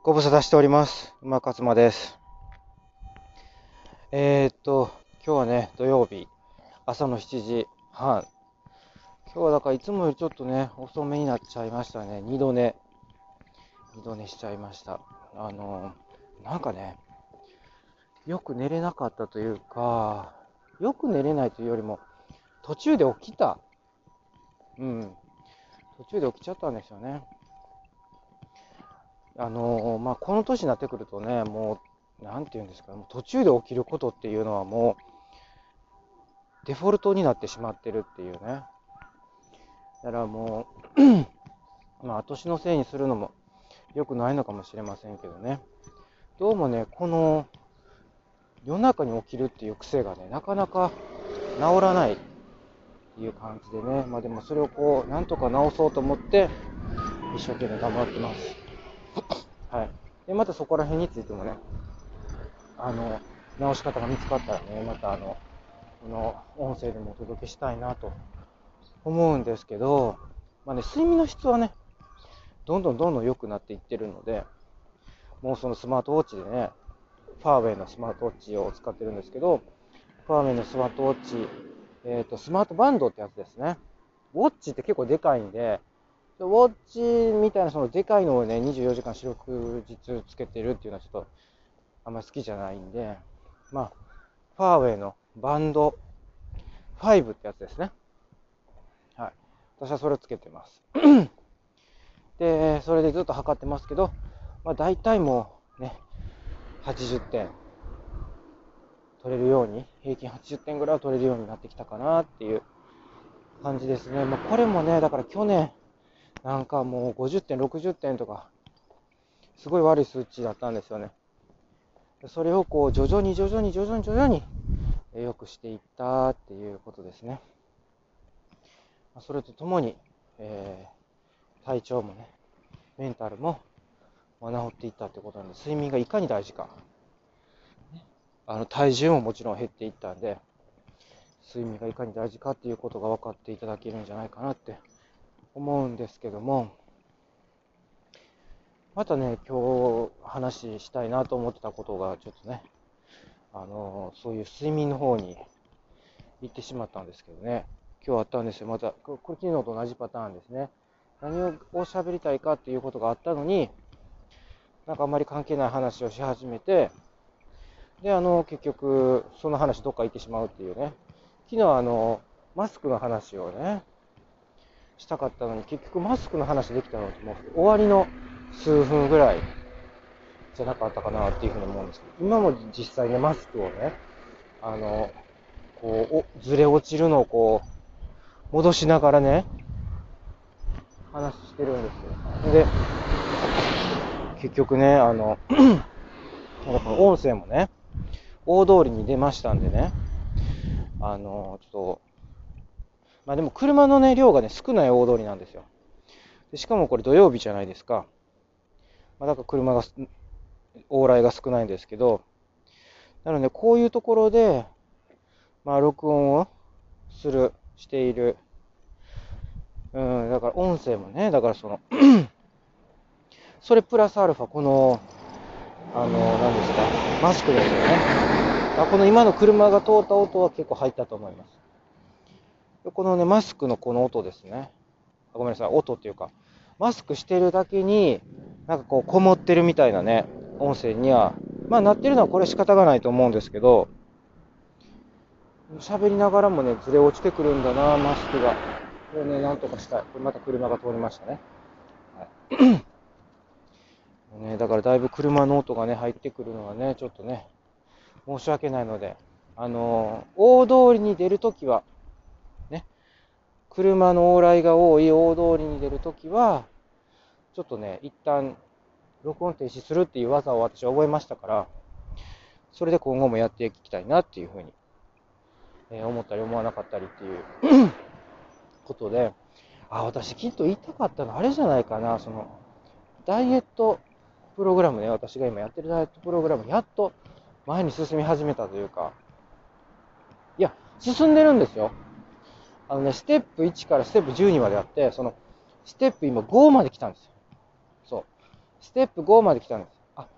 ご無沙汰しております。馬勝間です。今日はね、土曜日、朝の7時半。今日はだからいつもよりちょっとね、遅めになっちゃいましたね。二度寝しちゃいました。なんかね、よく寝れなかったというか、よく寝れないというよりも、途中で起きた。途中で起きちゃったんですよね。この年になってくるとね、もう、なんていうんですか、途中で起きることっていうのはもう、デフォルトになってしまってるっていうね。だからもう、年のせいにするのも良くないのかもしれませんけどね。どうもね、この夜中に起きるっていう癖がね、なかなか治らないっていう感じでね。でもそれをこう、なんとか治そうと思って、一生懸命頑張ってます。はい。で、またそこら辺についてもね、直し方が見つかったらね、またこの音声でもお届けしたいなと思うんですけど、睡眠の質はね、どんどん良くなっていってるので、もうそのスマートウォッチでね、ファーウェイのスマートウォッチを使ってるんですけど、ファーウェイのスマートウォッチ、スマートバンドってやつですね。ウォッチって結構でかいんで、ウォッチみたいなそのでかいのをね、24時間四六時つけてるっていうのはちょっとあんまり好きじゃないんで、ファーウェイのバンド5ってやつですね。はい。私はそれをつけてます。で、それでずっと測ってますけど、大体もうね、80点取れるように、平均80点ぐらいは取れるようになってきたかなっていう感じですね。これもね、だから去年、なんかもう50点、60点とか、すごい悪い数値だったんですよね。それをこう、徐々に良くしていったっていうことですね。それとともに、体調もね、メンタルも治っていったってことなんで、睡眠がいかに大事か。体重ももちろん減っていったんで、睡眠がいかに大事かっていうことが分かっていただけるんじゃないかなって思うんですけども、またね、今日話したいなと思ってたことが、ちょっとね、そういう睡眠の方に行ってしまったんですけどね、今日あったんですよ。また、これ昨日と同じパターンですね。何を喋りたいかっていうことがあったのに、なんかあんまり関係ない話をし始めて、で、結局、その話どっか行ってしまうっていうね。昨日マスクの話をね、したかったのに、結局マスクの話できたのってもう終わりの数分ぐらいじゃなかったかなっていうふうに思うんですけど、今も実際ね、マスクをね、ずれ落ちるのをこう、戻しながらね、話してるんですよ。で、結局ね、この音声もね、大通りに出ましたんでね、ちょっと、でも車のね、量がね、少ない大通りなんですよ。でしかもこれ土曜日じゃないですか。だから車が、往来が少ないんですけど、なのでこういうところで、録音をしている。だから音声もね、だからそれプラスアルファ、この、何ですか、マスクですよね。この今の車が通った音は結構入ったと思います。このね、マスクのこの音ですね。ごめんなさい、音っていうか、マスクしてるだけに、なんかこう、こもってるみたいなね、音声には、なってるのはこれ仕方がないと思うんですけど、喋りながらもね、ずれ落ちてくるんだな、マスクが。これね、なんとかしたい。これまた車が通りましたね。はい。だからだいぶ車の音がね、入ってくるのはね、ちょっとね、申し訳ないので、大通りに出るときは、ね、車の往来が多い大通りに出るときは、ちょっとね、一旦、録音停止するっていう技を私は覚えましたから、それで今後もやっていきたいなっていうふうに、思ったり思わなかったりっていうことで、私きっと言いたかったのあれじゃないかな、ダイエットプログラムね、私が今やってるダイエットプログラム、やっと前に進み始めたというか、いや、進んでるんですよ。ステップ1からステップ12まであって、ステップ今5まで来たんですよ。そう。ステップ5まで来たんです。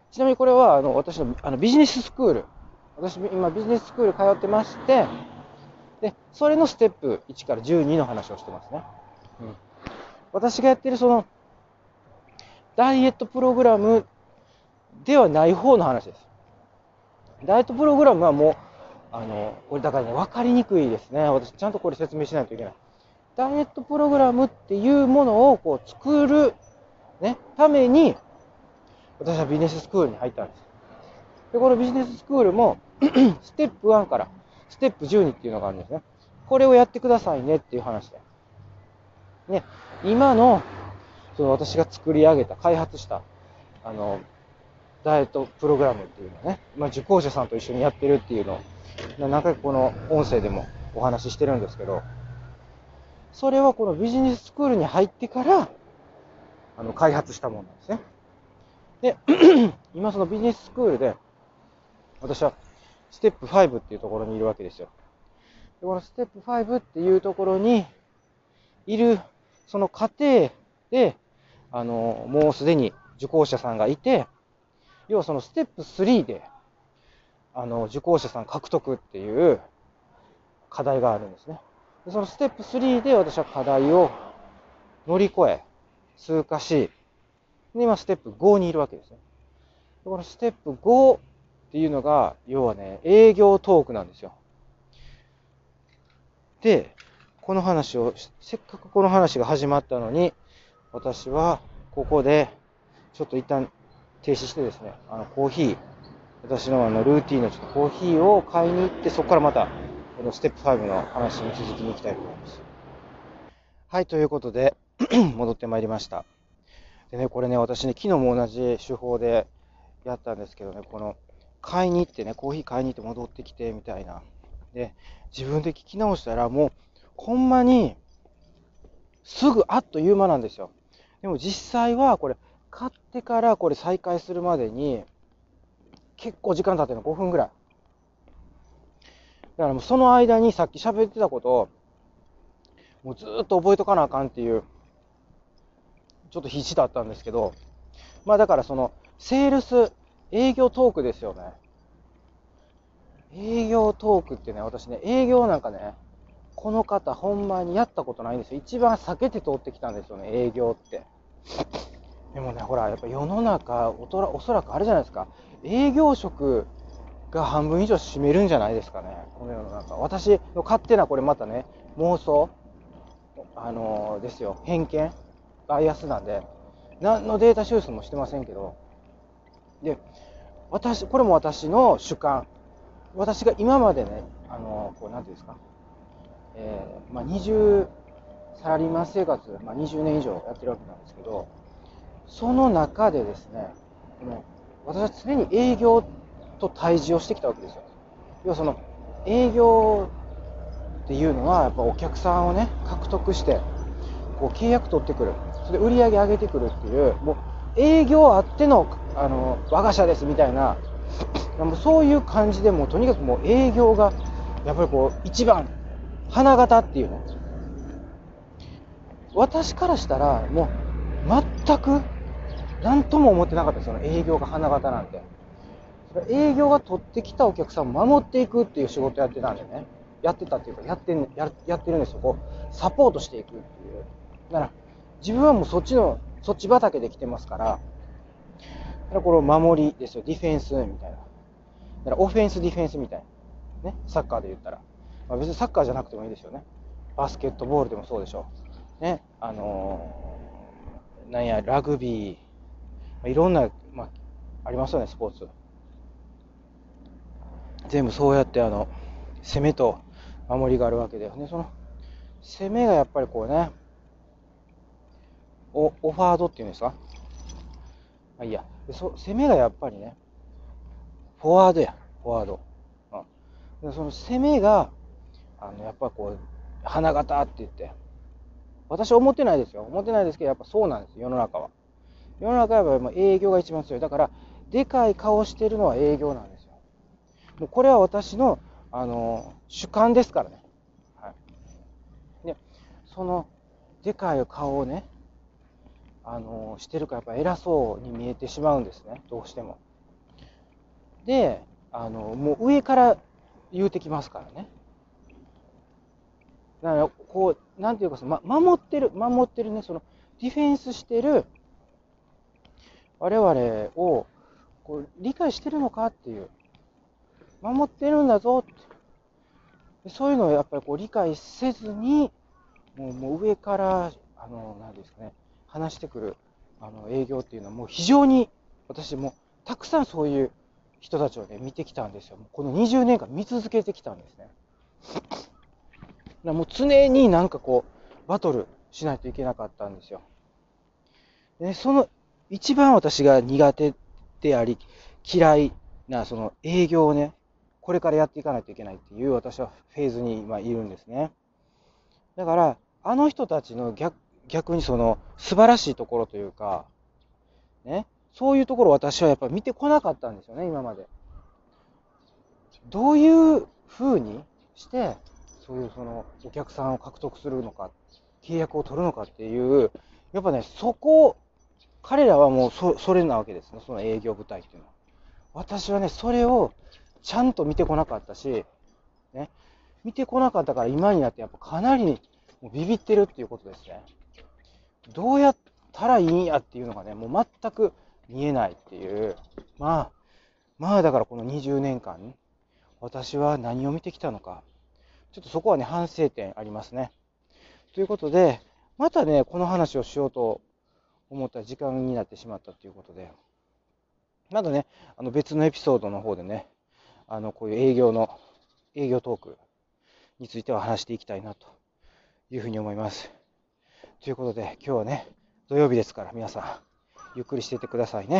ちなみにこれは私のビジネススクール、私今ビジネススクール通ってまして、でそれのステップ1から12の話をしてますね。私がやってるそのダイエットプログラムではない方の話です。ダイエットプログラムはもうこれだからね、分かりにくいですね。私ちゃんとこれ説明しないといけない。ダイエットプログラムっていうものをこう作る、ね、ために私はビジネススクールに入ったんです。でこのビジネススクールもステップ1からステップ12っていうのがあるんですね。これをやってくださいねっていう話で、ね、今のその私が作り上げた開発したダイエットプログラムっていうのをね、受講者さんと一緒にやってるっていうのを何回かこの音声でもお話ししてるんですけど、それはこのビジネススクールに入ってから開発したものなんですね。で今そのビジネススクールで私はステップ5っていうところにいるわけですよ。でこのステップ5っていうところにいるその過程でもうすでに受講者さんがいて、要はそのステップ3で受講者さん獲得っていう課題があるんですね。でそのステップ3で私は課題を乗り越え通過し、で今ステップ5にいるわけですね。でこのステップ5っていうのが要はね、営業トークなんですよ。でこの話をせっかくこの話が始まったのに、私はここでちょっと一旦停止してですね、コーヒー、私のルーティンのちょっとコーヒーを買いに行って、そこからまたこのステップ5の話に続きに行きたいと思います。はい、ということで戻ってまいりました。でね、これね、私ね、昨日も同じ手法でやったんですけどね、この買いに行ってね、コーヒー買いに行って戻ってきてみたいな。で、自分で聞き直したら、もうほんまにすぐあっという間なんですよ。でも実際はこれ買ってからこれ再開するまでに結構時間経ってるの、5分ぐらい。だからもうその間にさっき喋ってたことをもうずっと覚えとかなあかんっていうちょっと必死だったんですけど、だからそのセールス、営業トークですよね。営業トークってね、私ね、営業なんかね、この方ほんまにやったことないんですよ。一番避けて通ってきたんですよね、営業って。でもね、ほらやっぱ世の中おそらくあれじゃないですか、営業職が半分以上占めるんじゃないですかね、この世の中。私の勝手なこれまたね、妄想ですよ、偏見バイアスなんで、何のデータ収集もしてませんけど、でこれも私の主観、私が今までね、こうなんていうんですか、サラリーマン生活、20年以上やってるわけなんですけど、その中でですね、私は常に営業と対峙をしてきたわけですよ。要はその営業っていうのはやっぱお客さんをね獲得してこう契約取ってくる、それで売り上げ上げてくるっていう、もう営業あっての我が社ですみたいな、もうそういう感じで、もうとにかくもう営業がやっぱりこう一番花形っていうね、私からしたらもう全く何とも思ってなかったですよね、営業が花形なんて。営業が取ってきたお客さんを守っていくっていう仕事やってたんでね、やってたっていうかやってるんですよ。こうサポートしていくっていう。だから自分はもうそっち畑で来てますから、だからこの守りですよ、ディフェンスみたいな。だからオフェンスディフェンスみたいなね、サッカーで言ったら、別にサッカーじゃなくてもいいですよね。バスケットボールでもそうでしょうね。なんやラグビー、いろんな、ありますよね、スポーツ。全部そうやって攻めと守りがあるわけで、ね、その攻めがやっぱりこうね、オファードっていうんですか、いや攻めがやっぱりね、フォワードやフォワード、でその攻めがやっぱこう花形って言って、私は思ってないですよ、思ってないですけど、やっぱそうなんです。世の中はやっぱ営業が一番強い。だからでかい顔してるのは営業なんですよ。もうこれは私の主観ですからね。はい。でそのでかい顔をねしてるからやっぱ偉そうに見えてしまうんですね、どうしても。 で、もう上から言うてきますからね。だから、こう、なんていうか、守ってるね、ディフェンスしてる我々を、こう、理解してるのかっていう、守ってるんだぞって、そういうのをやっぱりこう理解せずに、もう上から、なんですかね、話してくる、営業っていうのはもう非常に、私もたくさんそういう人たちをね、見てきたんですよ。この20年間見続けてきたんですね。もう常になんかこう、バトルしないといけなかったんですよ。で、その一番私が苦手であり、嫌いなその営業をね、これからやっていかないといけないっていう私はフェーズに今いるんですね。だから、あの人たちの逆にその素晴らしいところというか、ね、そういうところを私はやっぱ見てこなかったんですよね、今まで。どういう風にして、そういうそのお客さんを獲得するのか、契約を取るのかっていう、やっぱね、彼らはもうそれなわけですね、その営業部隊っていうのは。私はね、それをちゃんと見てこなかったし、ね、見てこなかったから今になってやっぱかなりもうビビってるっていうことですね。どうやったらいいんやっていうのがね、もう全く見えないっていう。まあだからこの20年間、私は何を見てきたのか。ちょっとそこはね、反省点ありますね。ということで、またね、この話をしようと思った時間になってしまったということで、まだね、別のエピソードの方でね、こういう営業トークについては話していきたいなというふうに思います。ということで、今日はね、土曜日ですから皆さん、ゆっくりしていてくださいね。